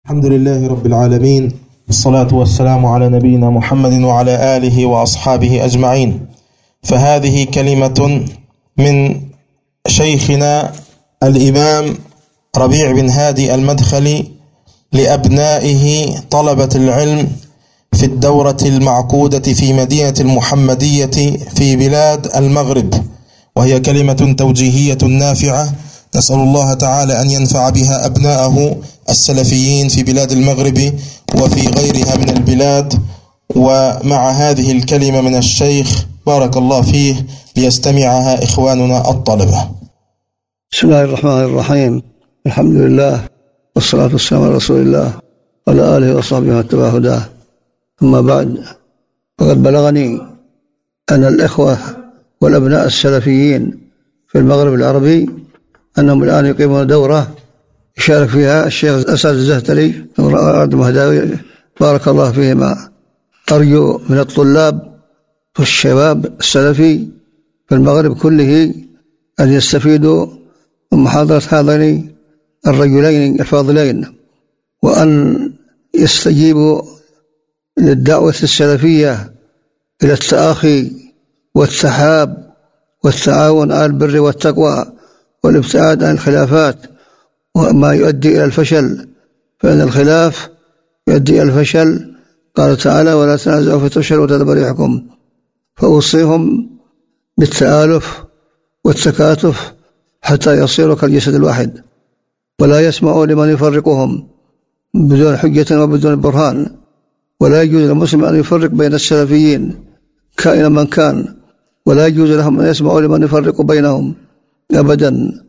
الحمد لله رب العالمين، والصلاة والسلام على نبينا محمد وعلى آله وأصحابه أجمعين. فهذه كلمة من شيخنا الإمام ربيع بن هادي المدخلي لأبنائه طلبة العلم في الدورة المعقودة في مدينة المحمدية في بلاد المغرب، وهي كلمة توجيهية نافعة. نسأل الله تعالى أن ينفع بها أبناءه السلفيين في بلاد المغرب وفي غيرها من البلاد. ومع هذه الكلمة من الشيخ بارك الله فيه ليستمعها إخواننا الطلبة. بسم الله الرحمن الرحيم. الحمد لله والصلاة والسلام على رسول الله وعلى آله وصحبه واتبع هداه. أما بعد، فقد بلغني أن الإخوة والأبناء السلفيين في المغرب العربي أنهم الآن يقيمون دورة يشارك فيها الشيخ أسعد الزهتلي والمهداوي بارك الله فيهما. أرجو من الطلاب والشباب السلفي في المغرب كله أن يستفيدوا من محاضرة هذين الرجلين الفاضلين، وأن يستجيبوا للدعوة السلفية إلى التآخي والتحاب والتعاون على البر والتقوى والابتعاد عن الخلافات وما يؤدي إلى الفشل، فإن الخلاف يؤدي إلى الفشل. قال تعالى: ولا تنازعوا فتفشلوا وتذهب ريحكم. فأوصيهم بالتآلف والتكاتف حتى يصيروا كالجسد الواحد، ولا يسمعوا لمن يفرقهم بدون حجة وبدون برهان. ولا يجوز للمسلم أن يفرق بين السلفيين كائنا من كان، ولا يجوز لهم أن يسمعوا لمن يفرق بينهم أبدا.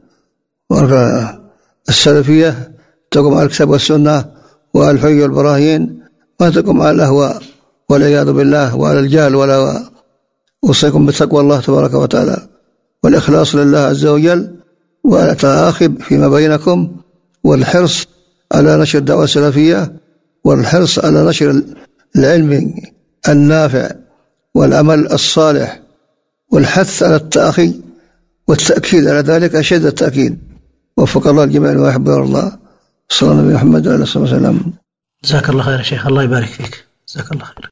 السلفية تقوم على الكتاب والسنة وعلى الحجة والبراهين، ما تقوم على الأهواء والعياذ بالله وعلى الجهل والهوى. أوصيكم بتقوى الله تبارك وتعالى والإخلاص لله عز وجل والتآخي فيما بينكم، والحرص على نشر الدعوة السلفية، والحرص على نشر العلم النافع والعمل الصالح، والحث على التآخي والتأكيد على ذلك أشد التأكيد. وفق الله الجميع ويحب الله. صلى الله عليه محمد عليه الصلاة والسلام. جزاك الله خير يا شيخ، الله يبارك فيك، جزاك الله خير.